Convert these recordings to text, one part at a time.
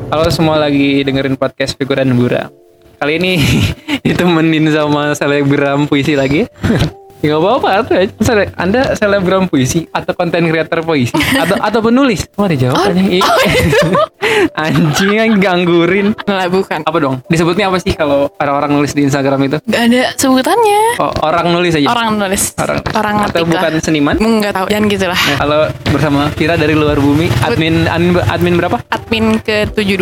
Halo semua lagi dengerin podcast Figuran Buram. Kali ini ditemenin sama selebgram puisi lagi. Ya gak apa-apa tuh ya. Anda selebgram puisi atau konten kreator puisi atau penulis? Oh ada jawabannya. Anjing yang ganggurin. Nggak, bukan. Apa dong? Disebutnya apa sih kalau orang nulis di Instagram itu? Gak ada sebutannya. Oh, orang nulis aja. Orang nulis. Orang atau ngetik bukan lah. seniman? Nggak tahu. Jangan gitulah. Nah, kalau bersama Vira dari luar bumi, admin berapa? Admin ke 72.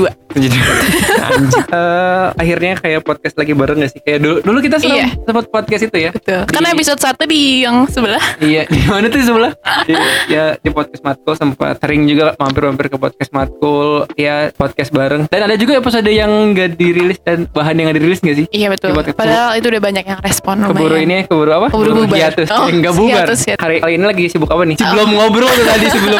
Anjir. Akhirnya kayak podcast lagi bareng gak sih? Kayak dulu kita sempat podcast itu ya. Betul. Karena episode 1 di yang sebelah. Iya, di mana tuh sebelah? di podcast Matkul sempat sering juga mampir-mampir ke podcast Matkul. Ya, podcast bareng. Dan ada juga episode yang gak dirilis dan bahan yang gak dirilis gak sih? Iya betul. Padahal itu udah banyak yang respon. Keburu apa? Keburu bubar. Hiatus. Enggak bubar. Hari ini lagi sibuk apa nih? Sebelum ngobrol tuh tadi sebelum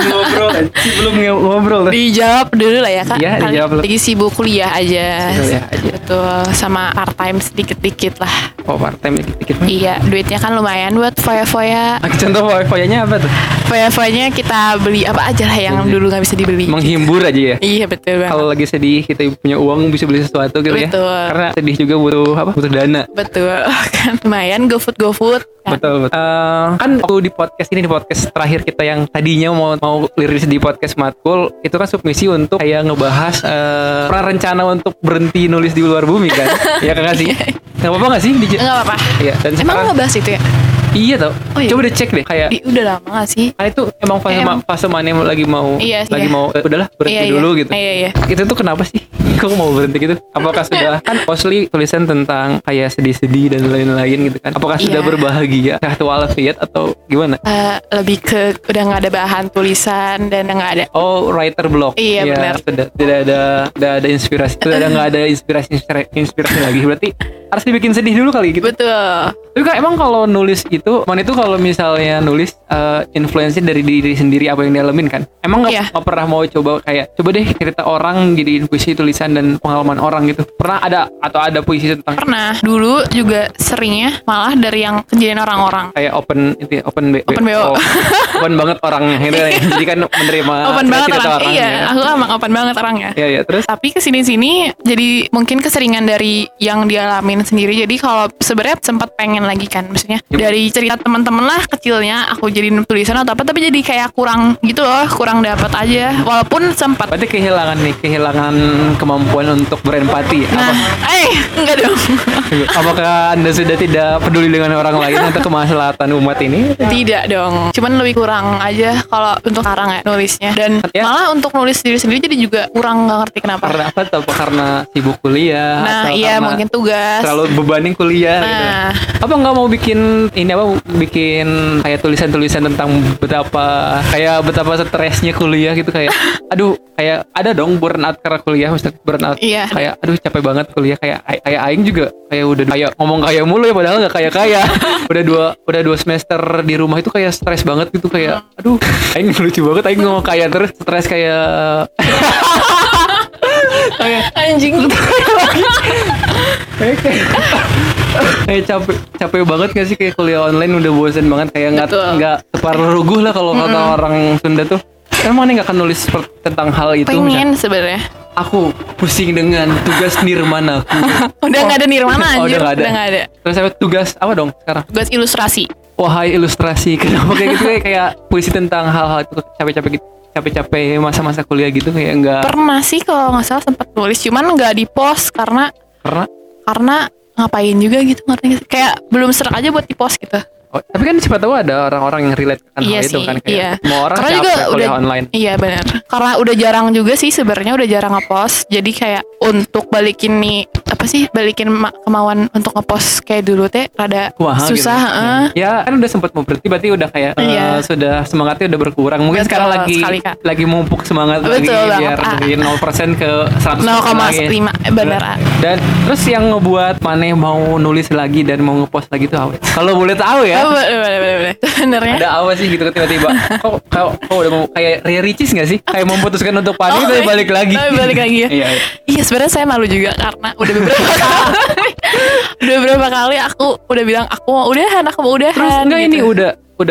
ngobrol. Dijawab dulu lah ya Kak. Iya, dijawab. Lagi sibuk kuliah aja. Kuliah aja. Betul. Sama part time sedikit-dikit lah. Oh, part time dikit-dikit. Iya, duitnya kan lumayan buat foya-foya. Contoh foya-foyanya apa tuh? Foya-foyanya kita beli apa aja lah yang dulu gak bisa dibeli. Menghibur aja ya? Iya betul banget. Kalau lagi sedih kita punya uang bisa beli sesuatu gitu ya. Betul. Karena sedih juga butuh dana. Betul. Kan lumayan GoFood kan. Betul. Kan waktu di podcast terakhir kita yang tadinya mau liris di podcast Matkul, itu kan submisi untuk kayak ngebahas rencana untuk berhenti nulis di luar bumi kan. Ya kan sih? Enggak apa-apa enggak sih? Enggak apa-apa. Iya, dan emang sekarang ngebahas itu ya? Iya tau. Oh, iya. Coba dicek deh kayak udah lama gak sih? Nah itu emang fase mana yang lagi mau udahlah berhenti dulu gitu. Iya. Itu tuh kenapa sih? Kok mau berhenti gitu? Apakah sudah kan mostly tulisan tentang kayak sedih-sedih dan lain-lain gitu kan? Apakah sudah berbahagia? Syahdu walafiat atau gimana? Lebih ke udah nggak ada bahan tulisan dan nggak ada. Oh, writer block. Iya ya, benar. Tidak ada inspirasi. Sudah nggak ada inspirasi lagi. Berarti harus dibikin sedih dulu kali gitu. Betul. Tapi kan emang kalau nulis itu, kalau misalnya nulis influence dari diri sendiri apa yang dialamin kan. Emang nggak pernah mau coba deh cerita orang jadiin puisi tulisan dan pengalaman orang gitu. Pernah ada puisi tentang? Pernah. Dulu juga seringnya malah dari yang kejadian orang-orang. Kayak open BO. Open banget orangnya gitu. Jadi kan menerima open banget orang. Iya, gitu. aku emang open banget orangnya. Iya, terus tapi kesini-sini jadi mungkin keseringan dari yang dialamin sendiri. Jadi kalau sebenarnya sempat pengen lagi kan, maksudnya dari cerita teman-teman lah kecilnya aku jadiin tulisan atau apa, tapi jadi kayak kurang gitu loh, kurang dapat aja. Walaupun sempat. Berarti kehilangan kemampuan untuk berempati. Nah, enggak dong. Apakah Anda sudah tidak peduli dengan orang lain atau kemaslahatan umat ini? Tidak dong. Cuman lebih kurang aja kalau untuk sekarang ya nulisnya. Dan malah untuk nulis diri sendiri jadi juga kurang, nggak ngerti kenapa. Karena apa? Karena sibuk kuliah. Nah, atau iya mungkin tugas. Terlalu bebanin kuliah. Gitu. Apa nggak mau bikin kayak tulisan-tulisan tentang betapa stresnya kuliah gitu, kayak aduh, kayak ada dong burnout karena kuliah, misalnya burnout. Iya. Kayak aduh capek banget kuliah, kayak aing juga kayak udah kayak ngomong kayak mulu ya padahal nggak kayak udah 2 semester di rumah itu kayak stres banget gitu, kayak aduh aing lucu banget aing ngomong kayak terus stres kayak anjing. Kayak capek banget gak sih, kayak kuliah online udah bosen banget, kayak nggak separuh lah kalau kata orang Sunda tuh. Emang nih nggak akan nulis tentang hal itu? Pengen sebenarnya. Aku pusing dengan tugas nirmana aku. Udah nggak ada nirmana anjir. Udah nggak ada. Terus tugas apa dong sekarang? Tugas ilustrasi. Wahai ilustrasi, kenapa kayak gitu, kayak puisi tentang hal-hal itu capek-capek masa-masa kuliah gitu, kayak enggak. Pernah sih kalau nggak salah sempat nulis, cuman nggak di post karena ngapain juga gitu, ngerti? Kayak belum serak aja buat di post gitu. Oh, tapi kan siapa tahu ada orang-orang yang relate kan hal itu kan, kayak semua orang karena capek juga kuliah online. Iya benar. Karena udah jarang juga sih sebenarnya, udah jarang ngepost. Jadi kayak untuk balikin kemauan untuk ngepost kayak dulu teh rada susah. Gitu. Ya kan udah sempat mau berhenti, berarti udah kayak sudah semangatnya udah berkurang. Mungkin sekarang lagi mumpuk semangat lagi biar dari 0% ke 100%. 0,5 benar. Dan terus yang ngebuat Maneh mau nulis lagi dan mau ngepost lagi tuh apa? Kalau boleh tahu ya. Boleh. Sebenarnya ada apa sih gitu tiba-tiba? Kok udah mau kayak Ria Ricis nggak sih? Kayak memutuskan untuk panik tapi balik lagi. Ya. Iya sebenarnya saya malu juga karena udah beberapa kali aku udah bilang aku mau udahan. Terus enggak gitu. Ini udah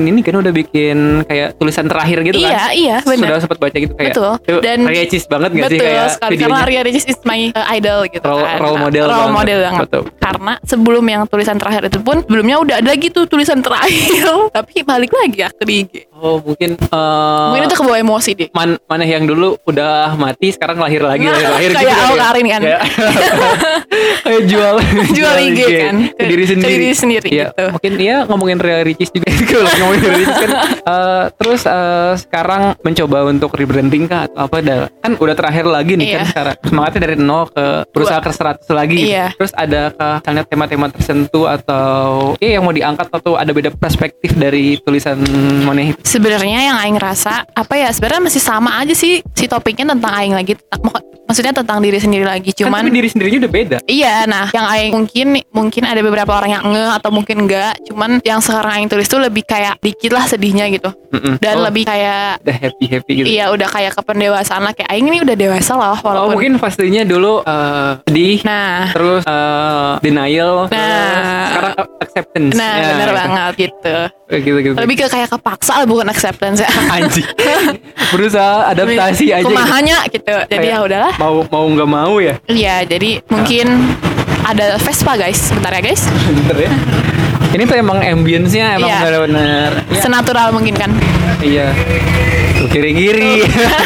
bikin kayak tulisan terakhir gitu kan? Iya, benar. Sudah sempat baca gitu kayak. Betul. Dan Arya Ricis banget nggak sih kayak sekali, videonya? karena Arya Ricis is my idol gitu kan. Role model banget. Betul. Karena sebelum yang tulisan terakhir itu pun sebelumnya udah ada gitu tulisan terakhir, tapi balik lagi ke IG. Oh mungkin Mungkin itu kebawa emosi deh. Mana yang dulu udah mati sekarang lahir lagi Kayak gitu Al ya? Karin kan. Kayak jual IG kan ke diri sendiri ya, gitu. Mungkin dia ngomongin Arya Ricis juga kalau ngomongin Arya Ricis kan. Terus sekarang mencoba untuk rebranding kah atau apa kan udah terakhir lagi nih kan sekarang semangatnya dari 0 ke berusaha ke 100 lagi. Terus adakah misalnya tema-tema tertentu atau yang mau diangkat atau ada beda perspektif dari tulisan Moneh itu? Sebenarnya yang aing rasa sebenarnya masih sama aja sih si topiknya tentang aing lagi, maksudnya tentang diri sendiri lagi, cuman kan tapi diri sendirinya udah beda. Iya, nah yang aing mungkin ada beberapa orang yang atau mungkin enggak, cuman yang sekarang aing tulis tuh lebih kayak dikit lah sedihnya gitu. Dan lebih kayak udah happy gitu. Iya, udah kayak kependewasaan lah, kayak aing ini udah dewasa loh walaupun. Mungkin pastinya dulu sedih. Nah, terus denial. Nah, sekarang acceptance. Nah, benar banget gitu. Gitu. Lebih ke kayak kepaksa lah, bukan acceptance ya. Anjing. Berusaha adaptasi aja. Kumahanya gitu. Jadi ya udahlah. Mau nggak mau ya. Iya, jadi mungkin ada Vespa guys. Bentar ya guys. Bentar ya. Ini tuh emang ambience-nya emang benar-benar senatural mungkin kan. Iya. Kiri-kiri.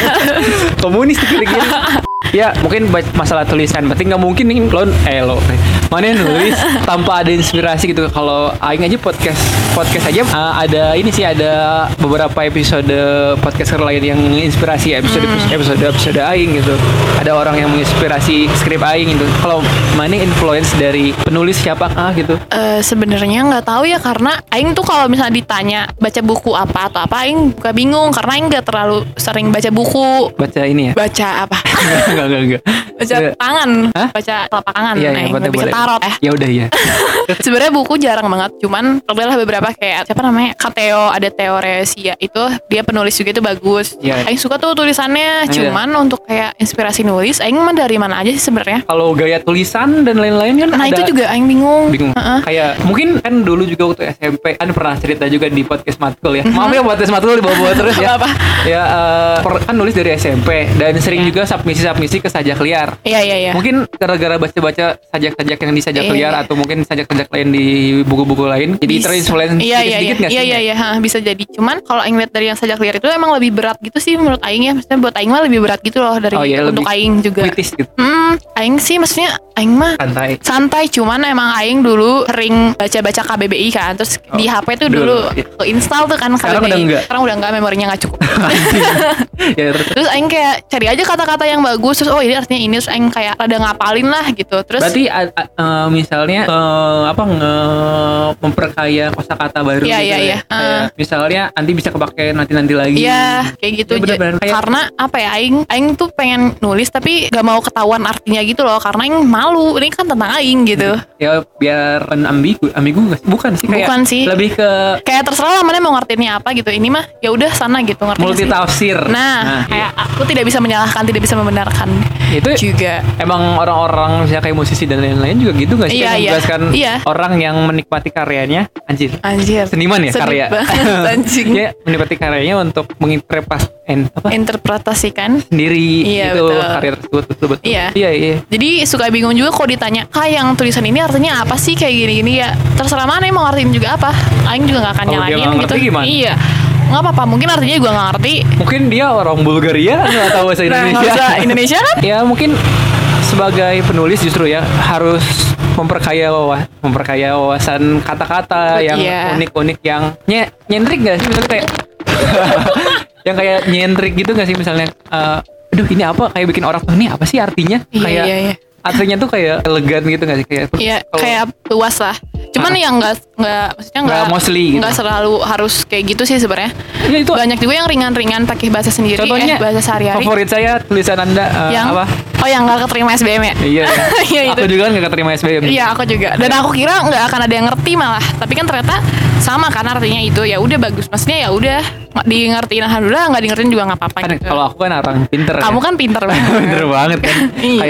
Komunis kiri-kiri. Ya mungkin masalah tulisan, berarti nggak mungkin nih lo mana nulis tanpa ada inspirasi gitu. Kalau aing aja podcast aja ada ini sih, ada beberapa episode podcaster lain yang inspirasi episode aing gitu. Ada orang yang menginspirasi skrip aing gitu. Kalau mana influence dari penulis siapakah gitu? Sebenarnya nggak tahu ya, karena aing tuh kalau misalnya ditanya baca buku apa atau apa, aing buka bingung karena aing nggak terlalu sering baca buku. Baca ini ya? Baca apa? Enggak. Baca tangan. Hah? Baca telapak tangan. Iya, lebih ke tarot Ya udah ya. Sebenarnya buku jarang banget, cuman adalah beberapa kayak siapa namanya, Kateo, ada Teoresia itu dia penulis juga, itu bagus. Aing suka tuh tulisannya. Cuman untuk kayak inspirasi nulis, aing mah dari mana aja sih sebenarnya? Kalau gaya tulisan dan lain-lain kan nah ada. Itu juga aing bingung. Kayak mungkin kan dulu juga waktu SMP kan pernah cerita juga di podcast Matkul ya. Maaf ya podcast Matkul dibawa-bawa terus ya. Ya kan nulis dari SMP dan sering juga submisi ke sajak liar. Iya. Mungkin gara-gara baca-baca sajak-sajak yang di sajak liar atau mungkin sajak-sajak lain di buku-buku lain, jadi terinfluence sedikit nggak sih? Iya, bisa jadi. Cuman kalau aing lihat dari yang sajak liar itu emang lebih berat gitu sih menurut aing ya. Maksudnya buat aing mah lebih berat gitu loh dari untuk aing juga. Kritis gitu. Aing sih maksudnya aing mah santai. Cuman emang aing dulu sering baca KBBI kan, terus di HP tuh dulu install tuh kan KBBI. Sekarang udah enggak, memorinya nggak cukup. Terus aing kayak cari aja kata-kata yang bagus, terus ini artinya ini, terus aing kayak rada ngapalin lah gitu. Terus berarti misalnya memperkaya kosakata baru gitu ya. Misalnya nanti bisa kepake nanti lagi. Iya, kayak gitu. Bener-bener karena apa ya, aing tuh pengen nulis tapi gak mau ketahuan artinya gitu loh, karena aing malu. Ini kan tentang aing gitu. Ya biar ambigu gak sih? Bukan sih, kayak lebih ke kayak terserah lah mana mau ngertiinnya apa gitu. Ini mah ya udah sana gitu, ngerti multi tafsir. Nah, kayak aku tidak bisa menyalahkan, tidak bisa membenarkan. Itu juga emang orang-orang misalnya kayak musisi dan lain-lain juga gitu gak sih? Yang menjelaskan orang yang menikmati karyanya, anjir. Seniman ya, karya. Anjing. Ya, menikmati karyanya untuk interpretasikan sendiri itu karya tersebut. Betul. Iya. Jadi suka bingung juga kalau ditanya, yang tulisan ini artinya apa sih kayak gini-gini ya. Terserah mana yang mau ngertiin juga apa. Aing juga gak akan nyalahin gitu. Iya. Nggak apa-apa, mungkin artinya gue nggak ngerti. Mungkin dia orang Bulgaria, nggak tahu bahasa Indonesia. Indonesia kan? Ya mungkin sebagai penulis justru ya harus memperkaya wawasan kata-kata yang unik-unik, yang nyentrik nggak sih, misalnya kayak yang kayak nyentrik gitu nggak sih, misalnya aduh ini apa, kayak bikin orang tuh ini apa sih artinya, kayak artinya tuh kayak elegan gitu nggak sih, kayak luas lah. Cuman yang maksudnya mostly nggak selalu harus kayak gitu sih sebenarnya. Ya, itu banyak juga yang ringan-ringan pakai bahasa sendiri. Contohnya bahasa sehari-hari. Favorit saya tulisan Anda yang apa? Oh, yang nggak keterima SBM ya? Iya. Itu. Aku juga kan nggak keterima SBM. Iya, aku juga. Dan aku kira nggak akan ada yang ngerti malah. Tapi kan ternyata sama kan artinya itu. Ya udah bagus. Maksudnya ya udah di ngertiin, alhamdulillah. Nggak di ngertiin juga nggak apa-apa. Kan, gitu. Kalau aku kan orang pinter. Kamu kan pinter banget. Pinter banget kan. Kayak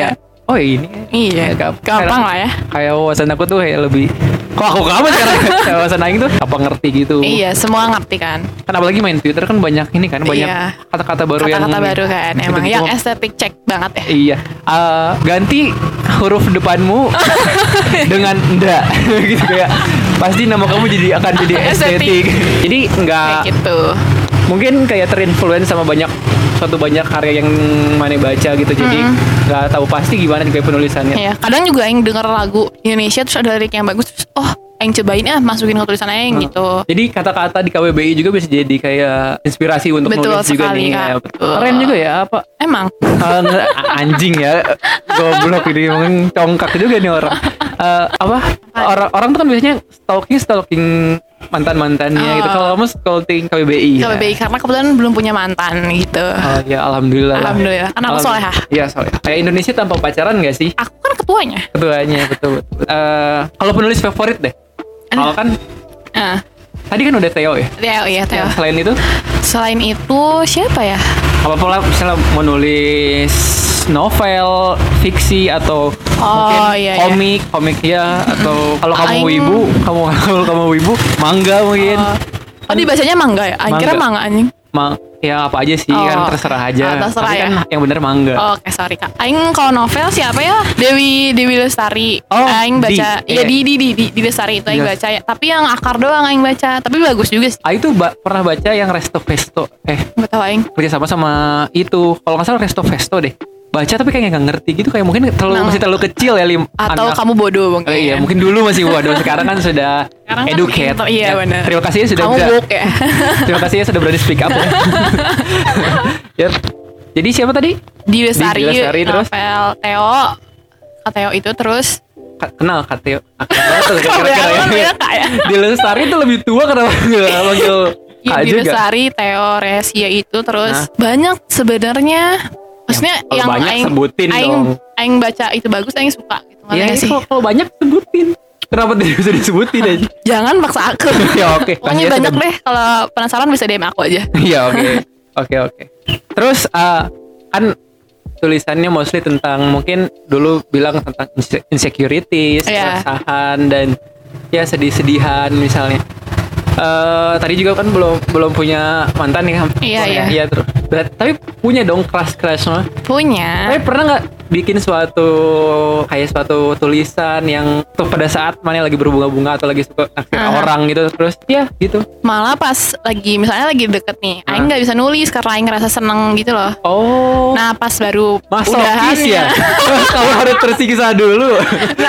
oh ini Iya, gampang lah ya. kayak wawasan aku tuh kayak lebih kok aku kamu sekarang kayak wawasan aing tuh apa ngerti gitu. Iya, semua ngerti kan. Kan apalagi main Twitter kan banyak ini kan banyak Iya. kata-kata baru Kata-kata baru kan, emang gitu-gitu. yang estetik check banget ya. Iya. Ganti huruf depanmu dengan nda gitu kayak pasti nama kamu akan jadi estetik. Jadi enggak Kayak gitu. mungkin kayak terinfluence sama banyak karya yang mana baca gitu. Jadi nggak tahu pasti gimana kayak penulisannya. Iya, kadang juga aing denger lagu Indonesia terus ada lirik yang bagus terus aing cobain masukin ke tulisan aing gitu. Jadi kata-kata di KBBI juga bisa jadi kayak inspirasi untuk Betul nulis juga sekali, nih. Kak. Ya, Betul. keren juga ya apa Emang anjing ya goblok ini emang congkak juga nih orang. Apa orang tuh kan biasanya stalking mantannya gitu. Kalau kamu stalking KBBI. KBBI karena kebetulan belum punya mantan gitu. Oh ya alhamdulillah. Alhamdulillah. Kan aku solehah. Iya solehah. Kayak Indonesia tanpa pacaran gak sih? Aku kan ketuanya. Ketuanya betul. Kalau penulis favorit deh. Kalau kan Ah, tadi kan udah Theo ya. Theo, iya Theo. Selain itu Selain itu siapa ya? apa misalnya mau nulis novel, fiksi atau mungkin iya. komik ya atau kalau kamu Aing- wibu, kamu wibu, manga mungkin. Oh, dibacanya mangga ya? Aing kira Mangga. manga anjing. Ya apa aja sih kan terserah aja. Terserah Tapi ya. kan yang bener manga. Oke, sorry Kak. Aing kalau novel siapa ya? Dewi Lestari. Oh, Aing baca. Di. Iya di Lestari itu Aing Yes. baca ya. Tapi yang akar doang Aing baca. Tapi bagus juga sih. Itu pernah baca yang Resto Festo. Enggak tahu Aing. Kerja sama itu. Kalau nggak salah Resto Festo deh. Baca tapi kayaknya nggak ngerti gitu, kayak mungkin masih terlalu kecil ya Atau anak. kamu bodoh mungkin. Iya mungkin dulu masih waduh, sekarang kan sudah Sekarang kan educate. pintar, iya, Ya, benar. Terima kasih ya sudah Kamu woke ya. Terima kasih ya sudah berani speak up ya. Ya. Jadi siapa tadi? Di Lestari, Di Lestari, terus? novel Theo. Kak Theo itu terus Kenal Kateo. Beda, Kak, ya? Di Lestari itu lebih tua kenapa nggak manggil Kak Di juga? Lestari, Theo, Resia itu terus Nah. banyak sebenarnya. Maksudnya Kalau yang banyak aing, sebutin aing, dong. aing baca itu bagus, aing suka gitu. Ngerti Ya, nggak sih? kalau banyak sebutin. Kenapa tidak bisa disebutin aja? Jangan paksa aku. Ya oke. Pokoknya Lanjut, banyak sudah. deh. Kalau penasaran bisa DM aku aja. Iya oke. Terus kan tulisannya mostly tentang mungkin dulu bilang tentang insecurities, Iya. keresahan dan ya sedih-sedihan misalnya. Tadi juga kan belum punya mantan nih. Iya. Iya terus. Tapi punya dong crush mah. Punya. Tapi pernah nggak bikin suatu tulisan yang tuh pada saat mana lagi berbunga-bunga atau lagi suka naksir orang gitu terus ya gitu. Malah pas misalnya lagi deket nih, aing nggak bisa nulis karena aing ngerasa seneng gitu loh. Oh. Nah pas baru Masokis ya. udahannya. Kalau harus tersiksa dulu.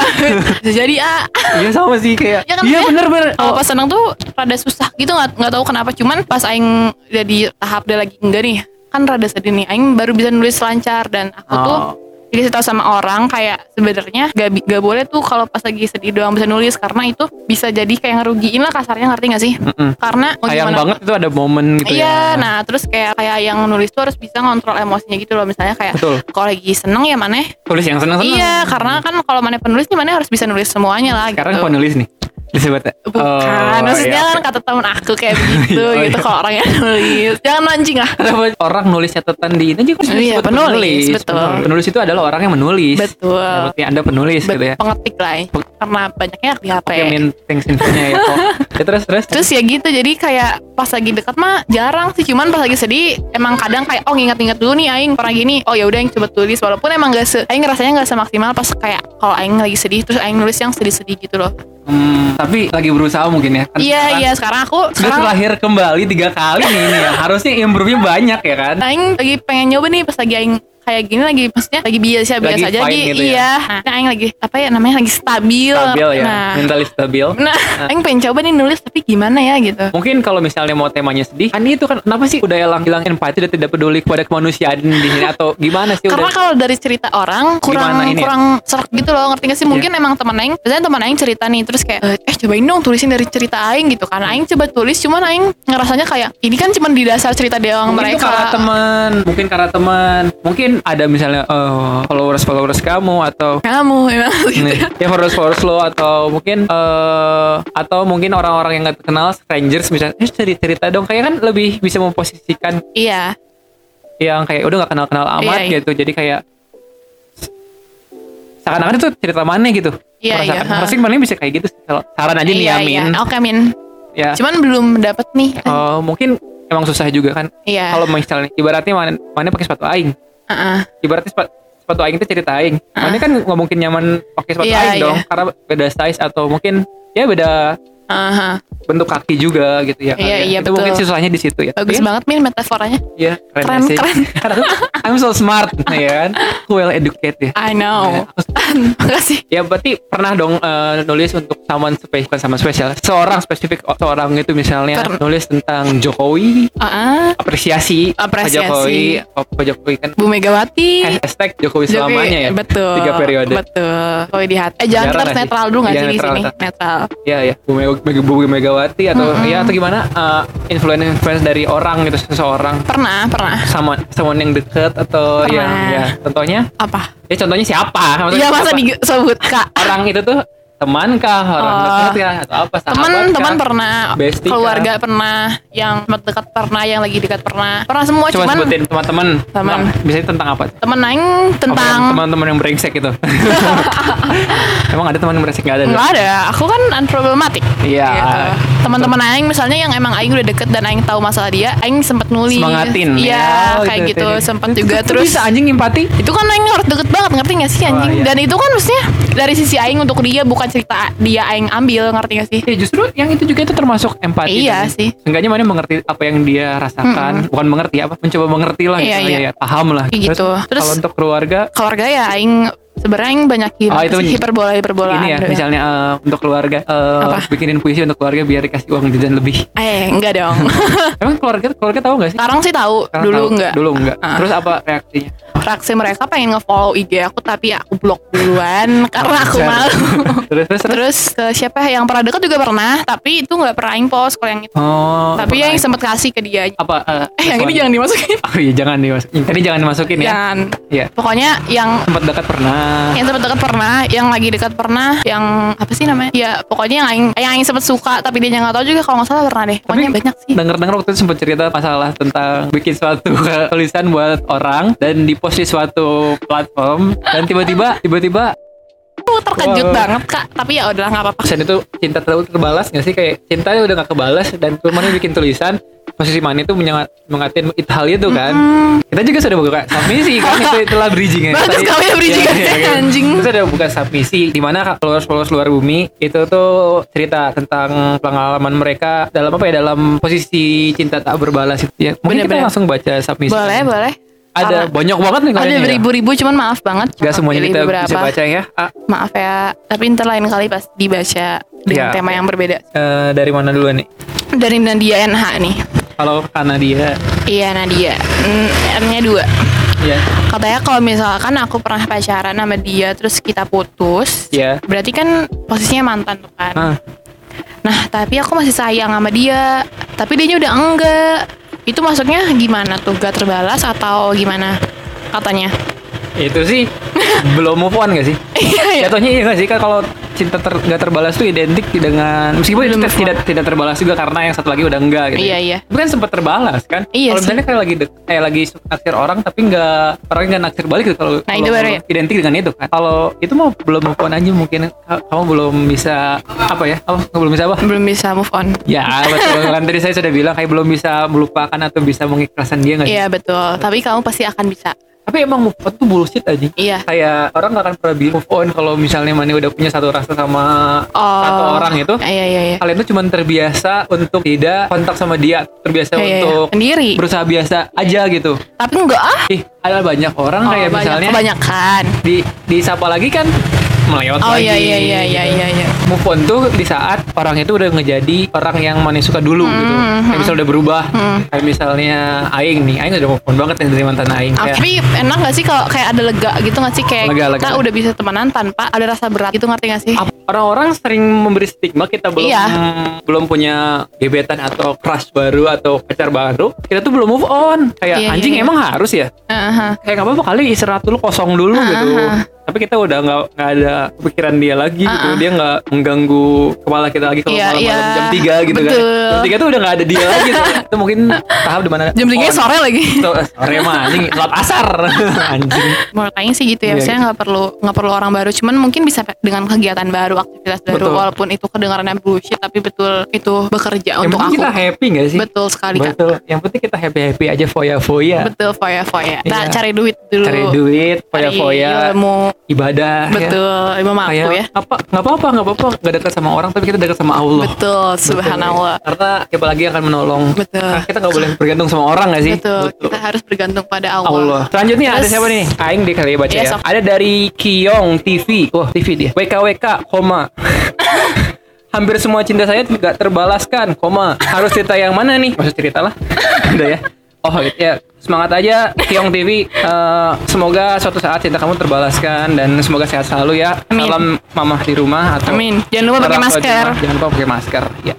Bisa jadi Iya sama sih kayak. Ya kan, Iya ya? bener. Kalau pas seneng tuh rada susah gitu, nggak tahu kenapa. Cuman pas aing udah di tahap udah lagi enggak nih, kan rada sedih nih. Aing baru bisa nulis lancar dan aku tuh dikasih tahu sama orang kayak sebenarnya gak boleh tuh kalau pas lagi sedih doang bisa nulis karena itu bisa jadi kayak ngerugiin lah kasarnya, ngerti gak sih? Karena mau Sayang gimana- banget itu ada momen gitu Iya, ya. nah terus kayak yang nulis tuh harus bisa ngontrol emosinya gitu loh. Misalnya kayak Betul. kalau lagi seneng ya maneh. Tulis yang seneng-seneng. Iya, karena kan kalau maneh penulis nih maneh harus bisa nulis semuanya lah Sekarang gitu. penulis nih. Disebut. Bukan, maksudnya iya, kan kata temen aku kayak begitu Oh, gitu iya. kalau orang yang nulis. Jangan mancing lah. Kenapa orang nulis catatan di ini juga Iya, disebut penulis, betul. Benar. Penulis itu adalah orang yang menulis. Betul. Berarti Anda penulis gitu ya. Pengetik lah ya. Karena banyaknya di HP. Oke, things infonya ya kok. Ya, terus. Terus ya gitu, jadi kayak pas lagi dekat mah jarang sih, cuman pas lagi sedih emang kadang kayak nginget-nginget dulu nih aing pernah gini, ya udah aing coba tulis walaupun emang aing ngerasanya nggak semaksimal pas kayak kalau aing lagi sedih terus aing nulis yang sedih-sedih gitu loh. Tapi lagi berusaha mungkin ya. Kan Iya, sekarang aku sudah terlahir kembali 3 kali nih ini ya. Harusnya improve-nya banyak ya kan. aing lagi pengen nyoba nih pas lagi aing kayak gini lagi maksudnya lagi biasa Lagi aja fine lagi gitu ya. iya. Nah, aing lagi apa ya namanya lagi stabil. Stabil ya, Nah, mentally stabil. aing pengen coba nih nulis tapi gimana ya gitu. Mungkin kalau misalnya mau temanya sedih, kan itu kan kenapa sih udah hilang empati dan tidak peduli kepada kemanusiaan di sini atau gimana sih Karena udah? kalau dari cerita orang Gimana ini ya? kurang serak gitu loh, ngerti gak sih? Mungkin emang teman aing, biasanya teman aing cerita nih terus kayak cobain dong tulisin dari cerita aing gitu kan. Aing coba tulis cuman aing ngerasanya kayak ini kan cuman di dasar cerita doang Mungkin itu mereka. karena teman, mungkin ada misalnya followers kamu atau Kamu emang gitu nih, ya. ya followers lo atau mungkin orang-orang yang nggak kenal strangers misalnya cerita dong kayak kan lebih bisa memposisikan Iya. yang kayak udah nggak kenal amat Iya. gitu jadi kayak seakan-akan itu cerita mana gitu. Iya, iya, Merasakan. Harusnya mana bisa kayak gitu sih. Kalau saran aja nih Iya, ya, Min. iya. Oke, Min. Ya. Cuman belum dapet nih. Oh, mungkin emang susah juga kan. Iya. Kalau misalnya ibaratnya mana pakai sepatu aing. Heeh. Ibaratnya sepatu aing itu cerita aing. Mana kan nggak mungkin nyaman pakai sepatu Iya, aing iya. dong, karena beda size atau mungkin ya beda Aha. bentuk kaki juga gitu ya. Iya, kan, ya. iya, Itu betul. mungkin susahnya di situ ya. Bagus Tapi, banget Min metaforanya. Iya, Keren, sih. keren. Karena I'm so smart, ya kan. Well educated. I know. Makasih. Ya berarti pernah dong nulis untuk someone spesial, bukan someone spesial, seorang itu misalnya nulis tentang Jokowi, apresiasi Pak Jokowi, Pak Jokowi kan Bu Megawati. hashtag Jokowi selamanya ya. Betul. 3 periode. Betul. Jokowi di hati. Jangan kita harus netral dulu nggak Iya, sih di netral, sini? Netral. Iya ya, Bu Megawati atau ya atau gimana influence dari orang gitu, seseorang Pernah. someone yang deket atau Pernah. yang ya contohnya Apa? ya contohnya siapa? Maksudnya Iya masa siapa? disebut Kak? Orang itu tuh teman kah, orang dekat kah, atau apa, sahabat Teman kah? pernah, Bestie kah? keluarga pernah, yang dekat pernah, yang lagi dekat pernah semua. Coba cuman sebutin teman-teman. Teman. Biasanya tentang apa? temen Aing tentang Teman-teman yang brengsek gitu. Emang ada teman yang brengsek nggak ada? nggak ada. Aku kan unproblematic. Iya. Gitu. Teman-teman Aing misalnya yang emang Aing udah deket dan Aing tahu masalah dia, Aing sempet nulis. Semangatin. Iya, Ya, kayak gitu. Sempet juga Kok terus. bisa anjing empati? Itu kan Aing harus deket banget, ngerti gak sih anjing? iya. Dan itu kan maksudnya dari sisi Aing untuk dia, bukan cerita dia Aing ambil, ngerti gak sih? Ya justru yang itu juga itu termasuk empati. Iya kan? sih. Seenggaknya mana mengerti apa yang dia rasakan, bukan mengerti apa, mencoba mengerti lah. Iya, gitu. iya. Ya, paham lah. Kayak gitu. Terus kalau untuk keluarga, keluarga ya Aing sebenarnya Aing banyak itu hiperbola ini ya, misalnya untuk keluarga Apa? bikinin puisi untuk keluarga biar dikasih uang jajan lebih. enggak dong. Emang keluarga tahu nggak sih? Sekarang sih tahu, Sekarang dulu tahu. enggak. Dulu enggak. Ah. Terus apa reaksinya? Reaksi mereka pengen nge-follow IG aku tapi aku blok duluan karena aku Share. malu. terus. Terus ke siapa yang pernah deket juga pernah, tapi itu nggak pernah Aing post kalau yang itu. Oh. Tapi yang sempet kasih ke dia. apa? Yang ini jangan dimasukin. Oh iya jangan dimasukin. Ini jangan dimasukin ya. Jangan. Iya. Pokoknya yang Sempat dekat pernah. sempet deket pernah, yang lagi dekat pernah, yang apa sih namanya? Ya pokoknya yang Aing sempet suka tapi dia nggak tahu juga kalau nggak salah pernah deh. Pokoknya banyak sih. Dengar-dengar waktu itu sempat cerita masalah tentang bikin suatu tulisan buat orang dan dipost di suatu platform dan tiba-tiba Aku terkejut Wow. banget Kak, tapi ya udahlah nggak apa-apa. tulisan itu cinta terbalas nggak sih, kayak cintanya udah nggak kebalas dan mana bikin tulisan posisi mana itu mengatin hal itu kan. Kita juga sudah buka submisi kan, itulah bridging ya. Bagus Tadi- kau ya bridging Iya, anjing. Terus ada buka submisi di mana followers luar bumi itu tuh cerita tentang pengalaman mereka dalam apa ya, dalam posisi cinta tak berbalas itu ya. Mungkin kita Bener-bener. langsung baca submisi. Boleh. Ada banyak banget nih Ada kayaknya ya. beribu-ribu, cuman maaf banget. Gak semuanya Pilih kita beberapa. bisa baca ya. Maaf ya, tapi ntar lain kali pas dibaca dengan Ya. tema yang berbeda. Dari mana dulu nih? Dari Nadia NH nih. Kalau karena dia Iya Nadia, R-nya 2. ya Katanya kalau misalkan aku pernah pacaran sama dia terus kita putus, ya berarti kan posisinya mantan tuh kan. ah, Nah tapi aku masih sayang sama dia, tapi dianya udah enggak. Itu maksudnya gimana tuh, gak terbalas atau gimana katanya? itu sih belum move on gak sih? Iya. Jatuhnya iya gak sih kan, kalau cinta gak terbalas tuh identik dengan meskipun Belum itu move on. tidak terbalas juga karena yang satu lagi udah enggak gitu. Iya. Tapi kan sempat terbalas kan. Iya Kalau sih. misalnya kayak lagi naksir orang tapi orangnya nggak naksir balik gitu, kalau Nah, itu baru ya. identik dengan itu kan. Kalau itu mau belum move on aja, mungkin kamu belum bisa apa ya? Belum bisa apa? Belum bisa move on. Ya betul kan, tadi saya sudah bilang kayak belum bisa melupakan atau bisa mengikhlaskan dia nggak sih? Iya betul, tapi kamu pasti akan bisa. Tapi emang move on tuh bullshit aja. Iya. Kayak orang gak akan pernah move on kalau misalnya mana udah punya satu rasa sama satu orang itu. Iya. Kalian tuh cuma terbiasa untuk tidak kontak sama dia, terbiasa Iya, untuk sendiri. berusaha biasa aja gitu. Tapi enggak Ada banyak orang kayak misalnya kebanyakan. disapa lagi kan melewat Oh lagi. iya. Move on tuh di saat orang itu udah ngejadi orang yang mana suka dulu gitu. Kayak misalnya udah berubah. Kayak misalnya Aing udah move on banget nih dari mantan Aing. Kayak, Tapi enak gak sih kalau kayak ada lega gitu gak sih, kayak Lega. kita udah bisa temenan tanpa ada rasa berat gitu, ngerti gak sih? orang-orang sering memberi stigma kita Iya. belum punya gebetan atau crush baru atau pacar baru, kita tuh belum move on. Kayak Iya, anjing iya. emang harus ya? Aha. Kayak nggak apa-apa kali istirahat dulu, kosong dulu gitu. tapi kita udah nggak ada pikiran dia lagi gitu. Dia nggak mengganggu kepala kita lagi kalau malam-malam jam 3 gitu. Betul. Kan jam 3 tuh udah nggak ada dia lagi tuh. Itu mungkin tahap dimana Jam 3 sore lagi. sore mah anjing sholat asar anjing. Menurut Aing sih gitu ya. Iya, Saya nggak perlu orang baru. Cuman mungkin bisa dengan kegiatan baru, aktivitas baru. Betul. Walaupun itu kedengarannya bullshit, tapi betul itu bekerja Yang untuk penting aku. kita happy gak sih? Betul sekali Kak. Betul. Yang penting kita happy aja, foya-foya. Betul, foya-foya. Kita Iya. cari duit dulu. Cari duit, Cari foya-foya, ilmu. ibadah. Betul, ilmu Ya. aku ya. Nggak apa-apa, nggak dekat sama orang, tapi kita dekat sama Allah. Betul, subhanallah. Karena siapa lagi yang akan menolong? Betul. Nah, kita nggak boleh bergantung sama orang nggak sih? Betul. Kita harus bergantung pada Allah. Allah. Selanjutnya ada Terus- siapa nih? Aing deh kali ya baca Iya, ya. sok. Ada dari Kiyong TV. Wah, TV dia. WKWK, koma. Hampir semua cinta saya tidak terbalaskan, koma. Harus cerita yang mana nih? Maksud cerita lah. Udah ya. Oh gitu ya. Semangat aja Kiyong TV. Semoga suatu saat cinta kamu terbalaskan dan semoga sehat selalu ya. Amin. Salam mamah di rumah atau Amin. Jangan lupa pakai orang tua di masker. rumah. Jangan lupa pakai masker. Ya.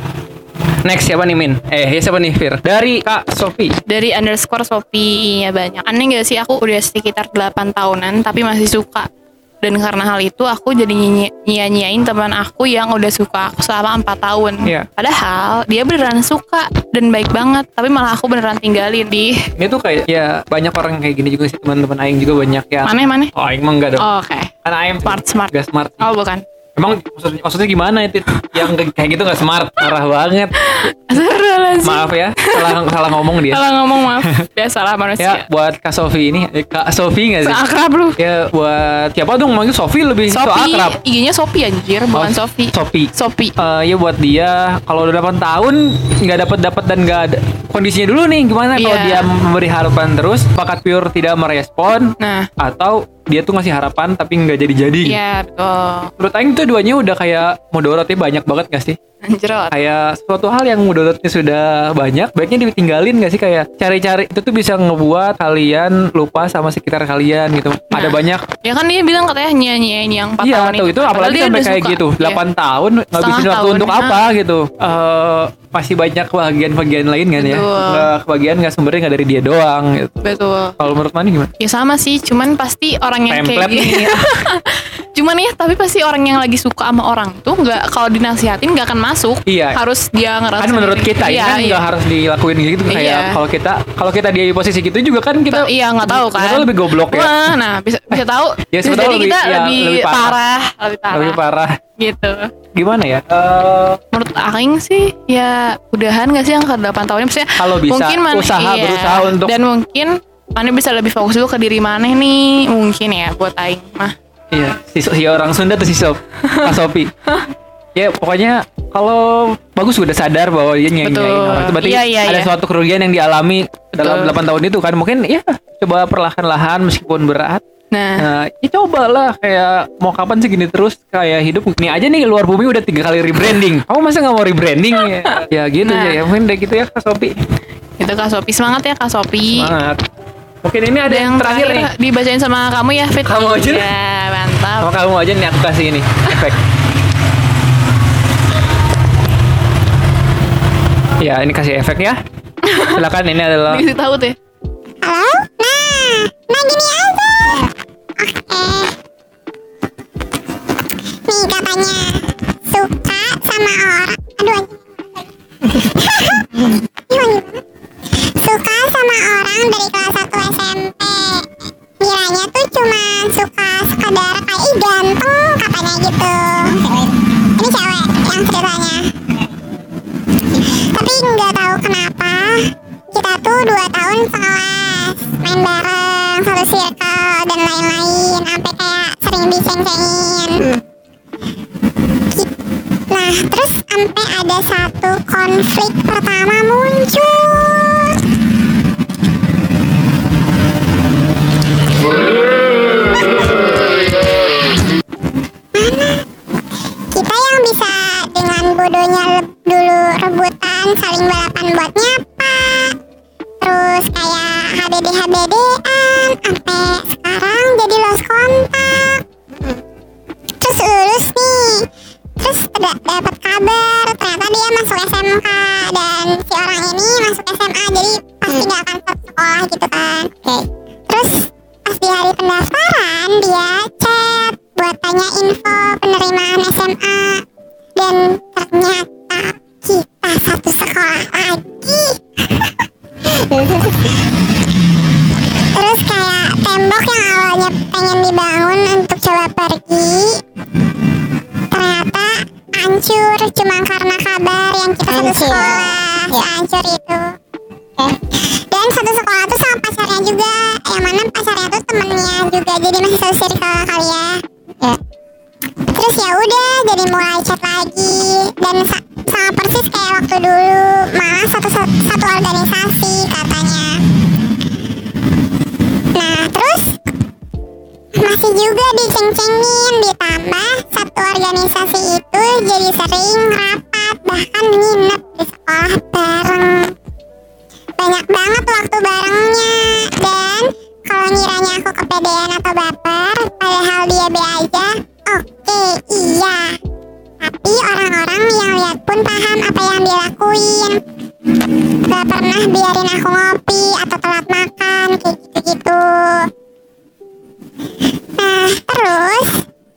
Next siapa nih Min? Ya siapa nih Fir? Dari Kak Sofi. Dari _Sophie ya banyak. Aneh gak sih, aku udah sekitar 8 tahunan tapi masih suka. Dan karena hal itu aku jadi nyanyiain teman aku yang udah suka aku selama 4 tahun. Iya. Padahal dia beneran suka dan baik banget, tapi malah aku beneran tinggalin di. Ini tuh kayak ya banyak orang kayak gini juga sih, teman-teman Aing juga banyak yang Mana? Oh Aing mah enggak dong. Oh, oke. Karena Aing Smart. gak smart. Oh, bukan. Emang maksudnya gimana itu? Yang kayak gitu gak smart, parah banget. Astagfirullahaladzim. Maaf ya, salah ngomong dia. Salah ngomong, maaf. Biasalah Ya manusia. buat Kak Sofi ini, Kak Sofi gak sih? Seakrab lu. Ya buat siapa dong manggil Sofi lebih so Sophie, akrab. IG-nya Sophie anjir, bukan Oh, Sophie. Sophie. Sophie. Ya buat dia kalau udah 8 tahun nggak dapat dan nggak ada kondisinya dulu nih gimana kalau Iya. dia memberi harapan terus bakat pure tidak merespon Nah, atau dia tuh ngasih harapan tapi nggak jadi-jadi. iya betul. Menurut Aing tuh duanya udah kayak mudaratnya banyak banget gak sih? Anjrot. Kayak suatu hal yang mudaratnya sudah banyak baiknya ditinggalin gak sih? Kayak cari-cari itu tuh bisa ngebuat kalian lupa sama sekitar kalian gitu. Ada banyak. Ya kan dia bilang katanya nyanyiin yang 4 Iya tahun tuh itu Padahal apalagi dia sampai udah kayak suka. gitu 8 Iya. tahun ngabisin Setengah waktu tahun, untuk nah. apa gitu. Masih banyak kebahagiaan lain kan ya. Betul. Kebahagiaan gak sumbernya gak dari dia doang gitu. Betul. Kalau menurut Mani gimana? Ya sama sih, cuman pasti orang yang kayak Template gitu. nih. Cuman ya, tapi pasti orang yang lagi suka sama orang tuh nggak, kalau dinasihatin nggak akan masuk. Iya. Harus dia ngerasa Kan menurut sendiri. kita ini Iya, kan iya. nggak harus dilakuin gitu kayak Iya. kalau kita di posisi gitu juga kan kita Iya nggak tahu kan. kita lebih goblok ya. Wah, nah bisa tahu. Ya, bisa siapa tahu jadi kita lebih- ya, lebih lebih parah, lebih parah gitu. gimana ya Menurut Aing sih ya udahan gak sih yang ke 8 tahunnya, maksudnya Kalau bisa, berusaha untuk- dan mungkin mana bisa lebih fokus dulu ke diri mana nih, mungkin ya buat Aing mah. iya si orang Sunda tuh si Kak Sopi ya pokoknya kalau bagus udah sadar bahwa dia nyanyiin Betul. orang itu berarti Iya, ada iya. suatu kerugian yang dialami dalam 8 tahun itu kan mungkin ya coba perlahan-lahan meskipun berat. Nah, Ya cobalah kayak mau kapan sih gini terus kayak hidup nih aja nih luar bumi udah 3 kali rebranding. Kamu masa nggak mau rebranding ya? Ya gitu Nah. ya mungkin deh gitu ya Kak Sopi. itu Kak Sopi, semangat ya Kak Sopi. Semangat. Mungkin ini ada yang terakhir nih. dibacain sama kamu ya, Fit. Kamu aja. Ya, mantap. Sama kamu aja nih aku kasih ini efek. Ya ini kasih efek ya. Silakan ini adalah Dikasih tahu tuh. Halo? Nah gini aja. Oke. Nih katanya suka sama orang. Aduh. Gimana? Suka sama orang dari kelas 1 SMP. Kiranya tuh cuma suka sekadar kayak ih ganteng katanya gitu. Ini cewek yang ceritanya. Tapi nggak tahu kenapa kita tuh 2 tahun sekelas, main bareng, satu circle dan lain-lain, sampai kayak sering diceng-cengin. Nah, terus sampai ada satu konflik pertama muncul. Kita yang bisa dengan bodohnya dulu rebutan saling balapan buat nyapa, terus kayak HBD-HBD-an, sampai sekarang jadi lost kontak. Terus lulus nih, terus dapat kabar ternyata dia masuk SMK dan si orang ini masuk SMA, jadi pasti gak akan tetap sekolah gitu kan. Terus pas di hari pendaftaran dia tanya info penerimaan SMA. Dan ternyata kita satu sekolah lagi. Terus kayak tembok yang awalnya pengen dibangun untuk coba pergi, ternyata hancur cuma karena kabar yang kita satu sekolah hancur itu. Dan satu sekolah tuh sama pacarnya juga, yang mana pacarnya tuh temennya juga, jadi masih satu circle kali ya. Terus ya udah, jadi mulai chat lagi dan sama persis kayak waktu dulu, malah satu organisasi katanya. Nah terus masih juga diceng-cengin, ditambah satu organisasi itu jadi sering rapat, bahkan nginep di sekolah bareng. Banyak banget waktu barengnya. Dan kalau ngiranya aku kepedean atau baper, padahal dia be aja, oke, iya. Tapi orang-orang yang lihat pun paham apa yang dia lakuin. Gak pernah biarin aku ngopi atau telat makan, kayak gitu-gitu. Nah terus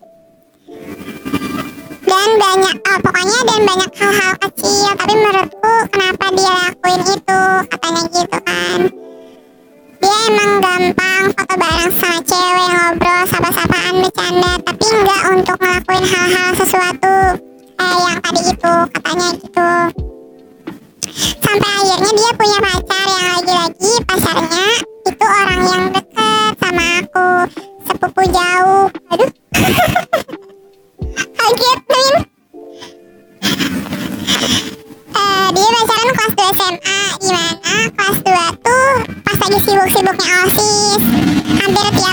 dan banyak hal-hal kecil, tapi menurutku kenapa dia lakuin itu, katanya gitu kan. Dia emang gampang foto bareng sama cewek, ngobrol, sapa-sapaan, bercanda, tapi nggak untuk ngelakuin hal-hal sesuatu yang tadi itu, katanya gitu. Sampai akhirnya dia punya pacar yang lagi-lagi pacarnya itu orang yang deket sama aku, sepupu jauh. Aduh kaget Min. Dia pacaran kelas 2 SMA, gimana kelas 2 tuh pas lagi sibuk-sibuknya OSIS. Hampir tiap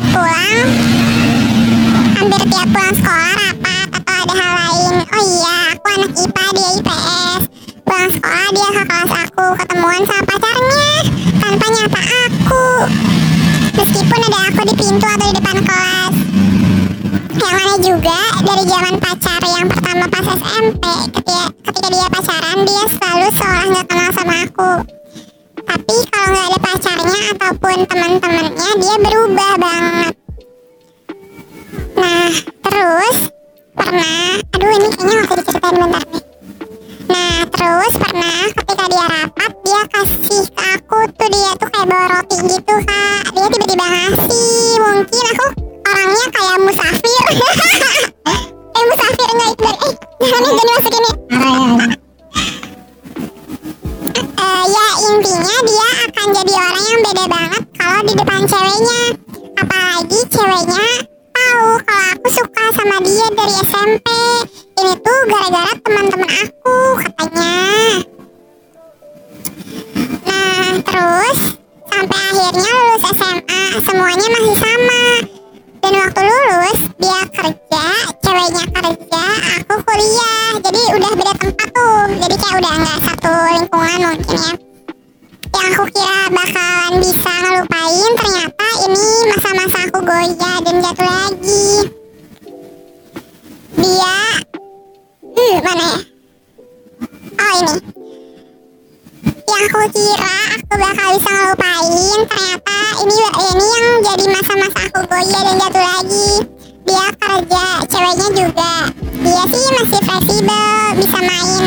pulang sekolah rapat atau ada hal lain. Oh iya, aku anak IPA, dia IPS. Pulang sekolah dia ke kelas aku, ketemuan sama pacarnya tanpa nyapa aku, meskipun ada aku di pintu atau di depan kelas. Yang mana juga dari zaman pacar yang pertama pas SMP, ketika dia pacaran dia selalu seolah nggak kenal sama aku. Tapi kalau nggak ada pacarnya ataupun teman-temannya dia berubah banget. Nah terus pernah, aduh ini kayaknya nggak usah diceritain bentar nih. Nah terus pernah ketika dia rapat, dia kasih ke aku tuh, dia tuh kayak bawa roti gitu kak. Dia tiba-tiba ngasih, mungkin aku orangnya kayak musafir. Musafir nggak Iqbal, jangan dimasukin nih. Ya intinya dia akan jadi orang yang beda banget kalau di depan ceweknya. Apalagi ceweknya tahu kalau aku suka sama dia dari SMP. Ini tuh gara-gara teman-teman aku, katanya. Nah terus sampai akhirnya lulus SMA semuanya masih sama. Dan waktu lulus dia kerja, ceweknya kerja, aku kuliah. Jadi udah beda tempat tuh. Jadi kayak udah nggak satu lingkungan mungkin ya. Yang aku kira bakalan bisa ngelupain, ternyata ini masa-masa aku goyah dan jatuh lagi. Dia mana ya? Oh ini. Yang aku kira aku bakal bisa ngelupain, ternyata ini yang jadi masa-masa aku goyah dan jatuh lagi. Dia kerja, ceweknya juga. Dia sih masih fleksibel, bisa main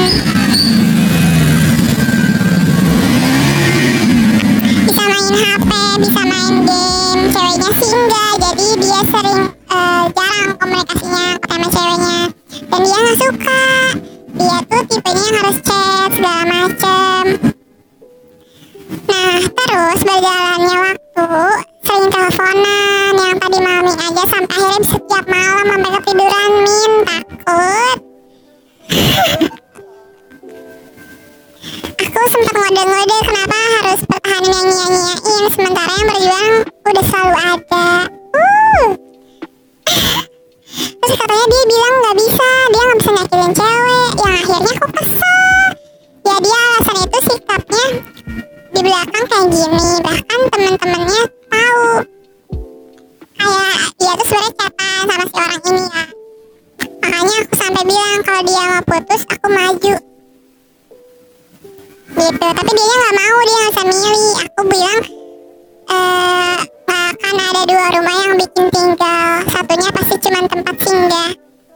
HP, bisa main game. Ceweknya sih enggak, jadi dia sering jarang komunikasinya sama ceweknya. Dan dia gak suka, dia tuh tipenya yang harus chat segala macem. Nah terus berjalannya waktu, sering teleponan, yang tadi malam aja sampai akhirnya setiap malam sampai ketiduran. Min, takut. Aku sempat ngode-ngode kenapa harus pertahanin yang nyanyi-nyanyiin, sementara yang berjuang udah selalu ada. Terus katanya dia bilang gak bisa, dia gak bisa nyakitin cewek. Yang akhirnya aku kesel. Ya dia alasan itu sikapnya di belakang kayak gini, bahkan teman-temannya tahu kayak dia tuh sebenarnya chatan sama si orang ini ya. Makanya aku sampai bilang kalau dia mau putus aku maju gitu. Tapi dia nggak mau, dia nggak bisa milih. Aku bilang kan ada 2 rumah yang bikin tinggal, satunya pasti cuma tempat singgah.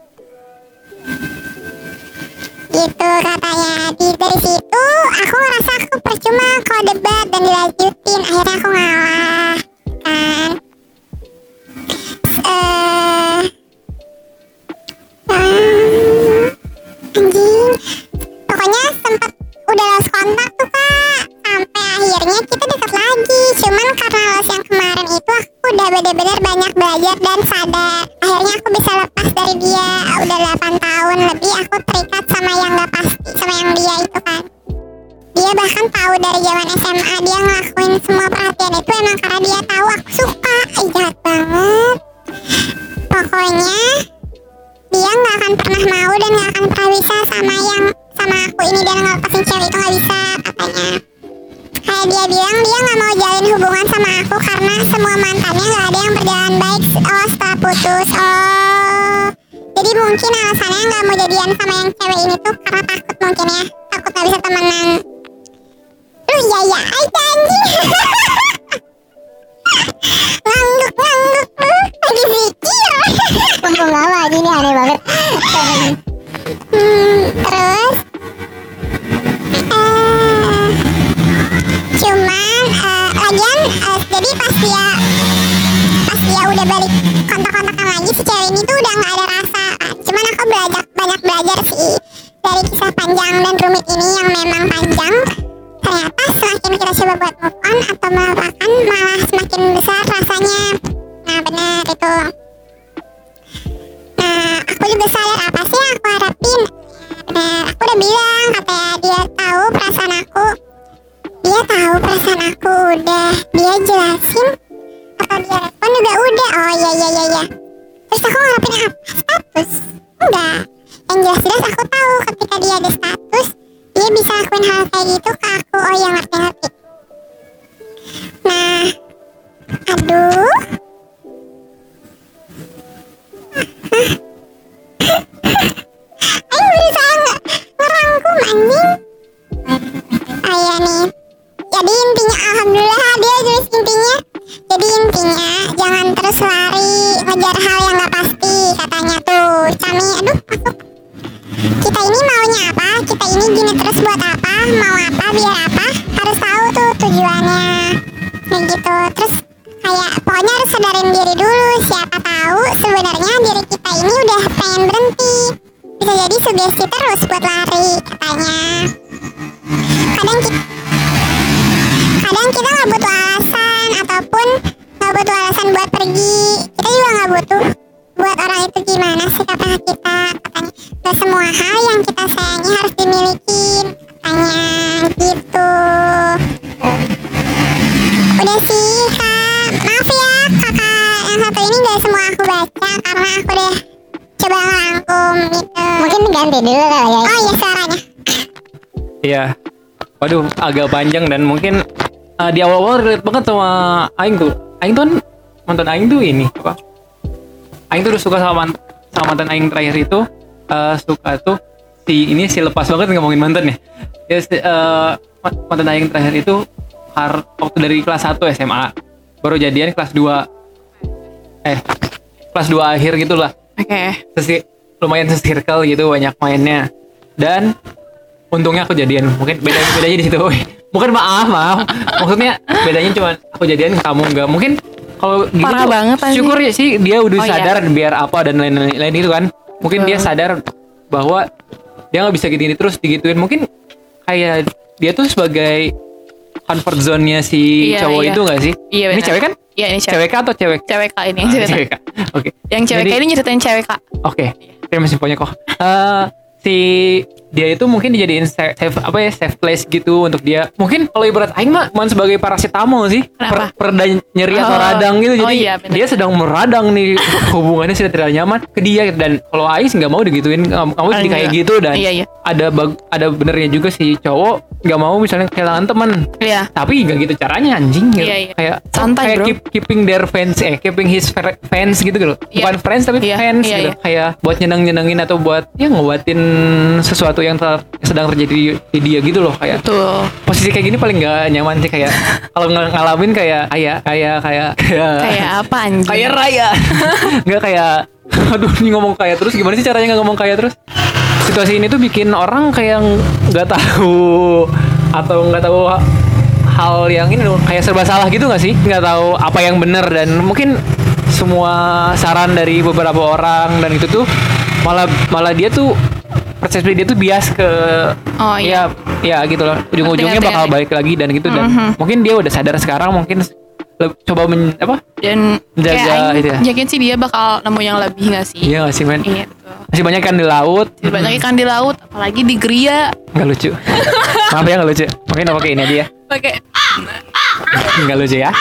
Gitu katanya. Dari situ aku ngerasa aku percuma kalau debat dan dilanjutin, akhirnya aku ngalah kan. Anjing, pokoknya sempet udah lost kontak tuh kak, sampai akhirnya kita deket lagi. Cuman karena lost yang kemarin itu aku udah bener-bener banyak belajar dan sadar. Akhirnya aku bisa lepas dari dia. Udah 8 tahun lebih aku terikat sama yang gak pasti, sama yang dia itu kan. Dia bahkan tahu dari zaman SMA dia ngelakuin semua perhatian itu emang karena dia tahu aku suka. Jahat banget. Pokoknya dia nggak akan pernah mau dan nggak akan pernah bisa sama aku ini, dan ngelepasin cewek itu nggak bisa katanya. Kayak dia bilang dia nggak mau jalin hubungan sama aku karena semua mantannya nggak ada yang berjalan baik setelah putus. Jadi mungkin alasannya nggak mau jadian sama yang cewek ini tuh karena takut, mungkin ya, takut nggak bisa temenan. Lu ya aja anjing. Ngangguk lagi zikir. Untung lama aja, ini aneh banget. Terus cuman lagian jadi pas dia udah balik kontak-kontakan lagi, si cewek ini tuh udah nggak ada rasa. Cuman aku banyak belajar sih dari kisah panjang dan rumit ini yang memang panjang. Ternyata semakin kita coba buat move on atau melupakan, malah semakin besar rasanya. Nah benar itu. Nah aku juga sadar apa sih yang aku harapin. Benar, aku udah bilang katanya dia tahu perasaan aku. Udah dia jelasin atau dia respon juga udah. Oh iya. Terus aku ngarepin apa? Status? Enggak. Yang jelas aku tahu ketika dia ada status, dia bisa lakuin hal kayak gitu ke aku. Oh ya, ngerti. Nah, aduh. Ayo berusaha ngerangkum anjing. Ayah nih. Jadi intinya alhamdulillah dia jelas intinya. Jadi intinya jangan terus lari ngejar hal yang gak pasti katanya tuh. Cami, aduh masuk. Kita ini maunya apa? Kita ini gini terus buat apa? Mau apa? Biar apa? Harus tahu tuh tujuannya. Kayak gitu. Terus kayak pokoknya harus sadarin diri dulu. Siapa tahu sebenarnya diri kita ini udah pengen berhenti. Bisa jadi sugesti terus buat lari katanya. Kadang kita gak butuh alasan ataupun gak butuh alasan buat pergi. Kita juga gak butuh buat orang itu gimana sikap kita katanya. Gak semua hal yang kita sayangi harus dimiliki katanya gitu. Udah sih kak, maaf ya kakak yang satu ini gak semua aku baca karena aku udah coba ngerangkum gitu. Mungkin diganti dulu kali ya. Oh iya suaranya. Iya. Waduh, agak panjang dan mungkin di awal-awal relate banget sama Aing tuh. Aing tuh kan mantan Aing tuh ini apa? Aing tuh udah suka sama mantan Aing terakhir itu, suka tuh si lepas banget ngomongin mantan ya. Mantan Aing terakhir itu waktu dari kelas 1 SMA. Baru jadian kelas 2. Kelas 2 akhir gitulah. Oke. Lumayan se-circle gitu, banyak mainnya. Dan untungnya aku jadian. Mungkin bedanya di situ. Mungkin maaf. Maksudnya bedanya cuma aku jadian, kamu enggak. Mungkin kalau gitu parah banget aja. Syukur ya sih dia udah sadar biar apa dan lain-lain itu kan. Mungkin dia sadar bahwa dia nggak bisa gini-gini terus digituin. Mungkin kayak dia tuh sebagai comfort zone-nya si cowok itu nggak sih? Iya, ini cewek kan? Iya, ini cewek. Cewek K atau cewek? Cewek K ini yang cerita. Cewek K. Oke. Yang cewek K ini nyeritain cewek K. Oke. Terima kasih kok. Si dia itu mungkin dijadiin safe place gitu untuk dia. Mungkin kalau ibarat Aing mah cuma sebagai paracetamol sih. Pereda nyeri atau radang gitu. Jadi dia sedang meradang nih, hubungannya sudah tidak nyaman ke dia. Dan kalau Aing nggak mau digituin, kamu jadi kayak gitu. Dan ada benernya juga si cowok nggak mau misalnya kehilangan teman. Iya. Tapi nggak gitu caranya anjing gitu. Kayak santai bro. Keeping their fans, keeping his fans gitu loh. Bukan friends tapi fans gitu. Kayak buat nyenengin atau buat nguatin sesuatu yang sedang terjadi di dia gitu loh. Kayak betul. Posisi kayak gini paling nggak nyaman sih, kayak kalau ngalamin kayak apa anjing? Kayak Raya. Nggak kayak Aduh, ini ngomong kaya terus gimana sih caranya nggak ngomong kaya terus? Situasi ini tuh bikin orang kayak nggak tahu atau nggak tahu hal yang ini loh, kayak serba salah gitu nggak sih? Nggak tahu apa yang benar dan mungkin semua saran dari beberapa orang dan itu tuh malah dia tuh persepsi dia tuh bias ke ya gitu loh. Ujung-ujungnya Ngerti. bakal balik lagi dan gitu dan mungkin dia udah sadar sekarang mungkin coba Dan menjaga kayak itu ya. yakin sih dia bakal nemu yang lebih nggak sih? Iya nggak sih men? Iya betul. Masih banyak kan di laut. Banyak ikan di laut, apalagi di Gria. Nggak lucu. Maaf ya nggak lucu. Mungkin pakai ini aja ya. Pakai Nggak lucu ya.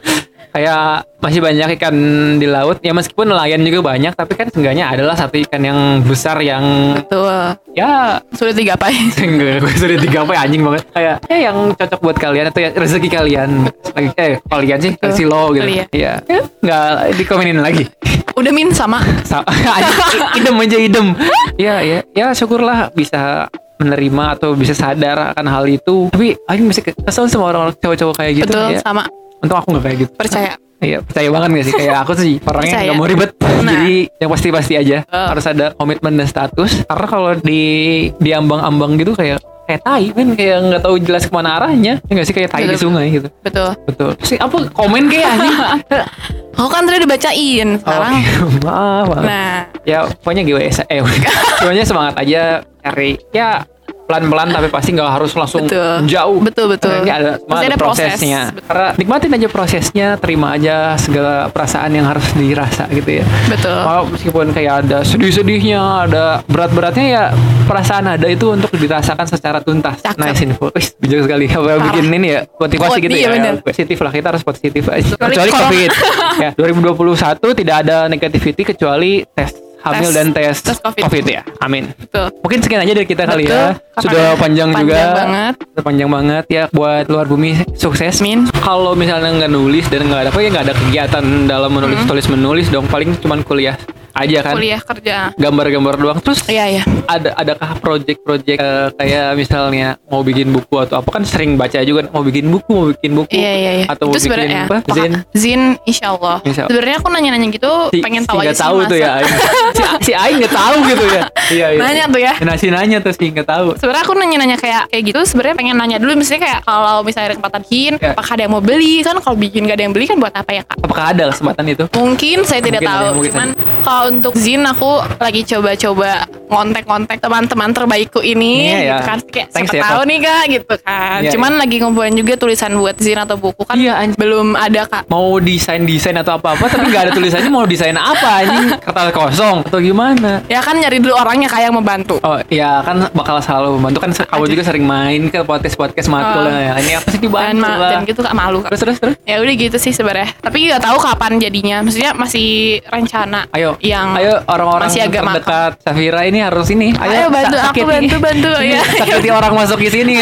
Kayak masih banyak ikan di laut. Ya meskipun nelayan juga banyak, tapi kan seenggaknya adalah satu ikan yang besar yang betul. ya Sulit digapai. enggak gue sudah digapai anjing banget. Kayak ya yang cocok buat kalian atau ya rezeki kalian. Lagi kalian sih Betul. kasih lo gitu. Iya. Iya. Ya, nggak dikomenin lagi. Udah min sama. Idem aja idem. Ya syukurlah bisa menerima atau bisa sadar akan hal itu. Tapi aku masih kesel sama orang-orang cowok-cowok kayak gitu. Betul Ya. sama. Untung aku gak kayak gitu. Percaya. Iya percaya banget gak sih? Kayak aku sih orangnya Percaya. gak mau ribet. Nah. Jadi yang pasti-pasti aja. Harus ada komitmen dan status. Karena kalau di ambang-ambang gitu kayak tai kan, kayak nggak tahu jelas kemana arahnya. Ya nggak sih, kayak tai di Betul. sungai gitu. Betul. Sih apa komen kayak anjing? Aku kan tadi dibacain sekarang. Oke, maaf. Nah, Ya pokoknya GWS pokoknya semangat aja cari ya pelan-pelan tapi pasti nggak harus langsung Betul. jauh. Betul. Karena ini ada Pasti ada proses. prosesnya. Karena nikmatin aja prosesnya, terima aja segala perasaan yang harus dirasa gitu ya. betul. Kalau meskipun kayak ada sedih-sedihnya, ada berat-beratnya ya perasaan ada itu untuk dirasakan secara tuntas. Cakep. Nice info. Wih, bijak sekali. Apa bikin ini ya motivasi Quote, gitu iya ya. bener. Positif lah, kita harus positif. Kecuali Kecuali kalau- COVID. Ya, 2021 tidak ada negativity kecuali tes hamil dan tes COVID ya. Amin. Betul. Mungkin sekian aja dari kita kali ya. Betul. Sudah panjang juga. banget. Sudah panjang banget ya buat luar bumi sukses. Amin. Kalau misalnya nggak nulis dan nggak ada apa ya nggak ada kegiatan dalam menulis tulis menulis dong, paling cuman kuliah aja kan. Kuliah kerja. Gambar-gambar doang. Terus Iya. adakah project-project kayak misalnya mau bikin buku atau apa, kan sering baca juga mau bikin buku Iya. atau Itu mau bikin sebenarnya apa? Zin. Zin insya Allah. Insya Allah. Sebenarnya aku nanya-nanya gitu pengen tahu aja nggak sih tahu tuh ya. si Aing nggak tahu gitu ya. Iya. Nanya tuh ya. Nanya tuh sih nggak tahu. Sebenarnya aku nanya-nanya kayak gitu sebenarnya pengen nanya dulu, misalnya kayak kalau misalnya ada kesempatan bikin, Ya. apakah ada yang mau beli, kan kalau bikin gak ada yang beli kan buat apa ya kak? Apakah ada kesempatan itu? Mungkin saya tidak Mungkin ada, tahu. mungkin Cuman kalau untuk Zin aku lagi coba-coba ngontek-ngontek teman-teman terbaikku ini, Iya, ya. gitu kan kayak Thanks siapa ya, tahu Kak. nih kak, gitu kan. Iya, Cuman lagi ngumpulin juga tulisan buat Zin atau buku kan Iya, anjing. belum ada kak. Mau desain atau apa tapi nggak ada tulisannya, mau desain apa anjing, kertas kosong atau gimana? Ya kan nyari dulu orangnya kayak yang membantu. Oh iya kan bakal selalu membantu kan. Kamu juga sering main ke podcast matkul ya. Ini apa sih dibantu Dan lah. gitu kak malu kak. Terus. Ya udah gitu sih sebenarnya. Tapi nggak tahu kapan jadinya. Maksudnya masih rencana. Ayo Yang orang-orang masih agak terdekat Safira ini harus ini. Ayo bantu aku, bantu. Ini Ya. sakiti orang masuk di sini.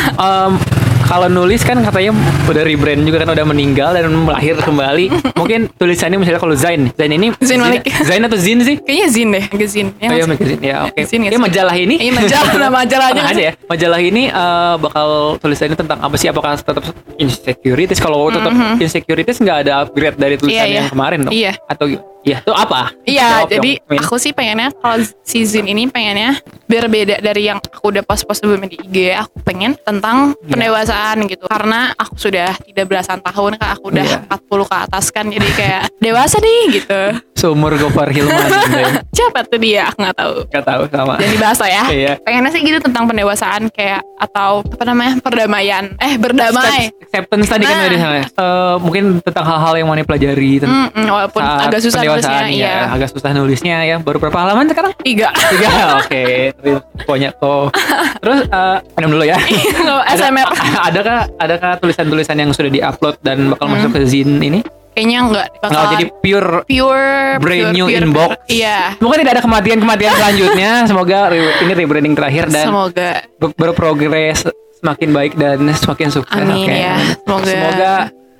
Kalau nulis kan katanya udah rebrand juga kan, udah meninggal dan melahir kembali. Mungkin tulisannya misalnya kalau Zain ini Zain Malik. Zain atau Zin sih? Kayaknya Zin deh, magazine. Ya, Oh iya, nggak sih? magazine. Ya oke. Magazine nggak Ya sih? majalah ini. Iya majalah, nama majalahnya. Ada ya. Majalah ini bakal tulisannya tentang apa sih? Apakah tetap insecurities? Kalau tetap insecurities nggak ada upgrade dari tulisan Iya, iya. yang kemarin dong? Iya. Atau iya itu apa? Iya, Jawab dong, jadi Min. aku sih pengennya kalau si Zin ini pengennya berbeda dari yang aku udah post-post sebelumnya di IG. Aku pengen tentang Iya. pendewasaan gitu. Karena aku sudah tidak belasan tahun kan, aku udah Iya. 40 ke atas kan. Jadi kayak dewasa nih gitu. Seumur Gofar Hilman. gitu. Siapa tuh dia? Aku nggak tahu. Gak tahu sama. Jangan dibahas lah ya. Iya. Pengennya sih gitu tentang pendewasaan kayak atau apa namanya perdamaian. Berdamai. Acceptance tadi kan Nah. tadi misalnya. Mungkin tentang hal-hal yang mau dipelajari tentang Walaupun saat agak susah pendewasaan, nulisnya. Iya. agak susah nulisnya ya. Baru berapa halaman sekarang? 3. 3. Oke. Pokoknya tuh. Terus minum dulu ya. SMR. Adakah tulisan-tulisan yang sudah diupload dan bakal masuk ke Zin ini? Kayaknya enggak Nggak, jadi pure brand new inbox. Iya. Semoga tidak ada kematian selanjutnya. Semoga ini rebranding terakhir dan Semoga. berprogres semakin baik dan semakin sukses. Amin Oke. ya. Semoga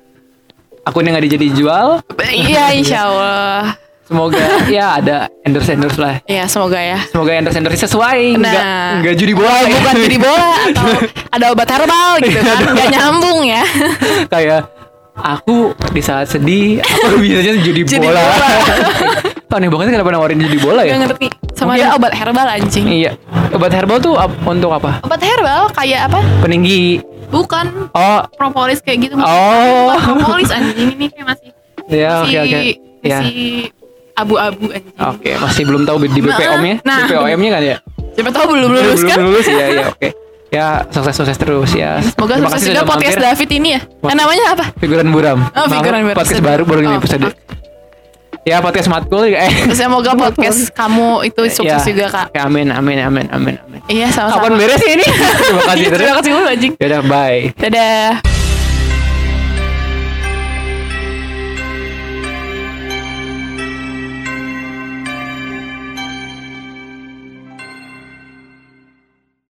akunnya nggak jadi dijual. Iya insya Allah. Semoga ya ada endorse lah. Ya semoga ya. Semoga endorse sesuai. Nah. Nggak judi bola. ya. Bukan jadi bola atau ada obat herbal gitu kan. Gak nyambung ya. Kayak aku di saat sedih aku biasanya judi Judi bola. bola. Aneh banget kenapa nawarin jadi bola ya? Gak ngerti. Sama Mungkin- ada obat herbal anjing. Iya. Obat herbal tuh untuk apa? Obat herbal kayak apa? Peninggi. Bukan Oh, propolis kayak gitu. Oh. Bukan propolis anjing, ini kayak masih ya oke oke. Ya. masih abu-abu anjing. Oke, masih belum tahu di BPOM-nya. Nah. BPOM-nya kan ya? Siapa tahu belum lulus kan? Belum lulus ya, ya oke. Ya, sukses terus ya. Semoga Terima sukses kasih juga sudah podcast mampir. David ini ya. Namanya apa? Figuran Buram. Oh, Figuran Buram. Podcast baru ini Oh, episode. oke. Ya, podcast Matkul juga. Semoga podcast kamu itu sukses Ya. juga kak. Ya, amin amin amin amin amin. Iya Kapan sama-sama. beres sih ini? Terima kasih terus. Terima kasih dulu anjing. Ya udah, bye. Dadah.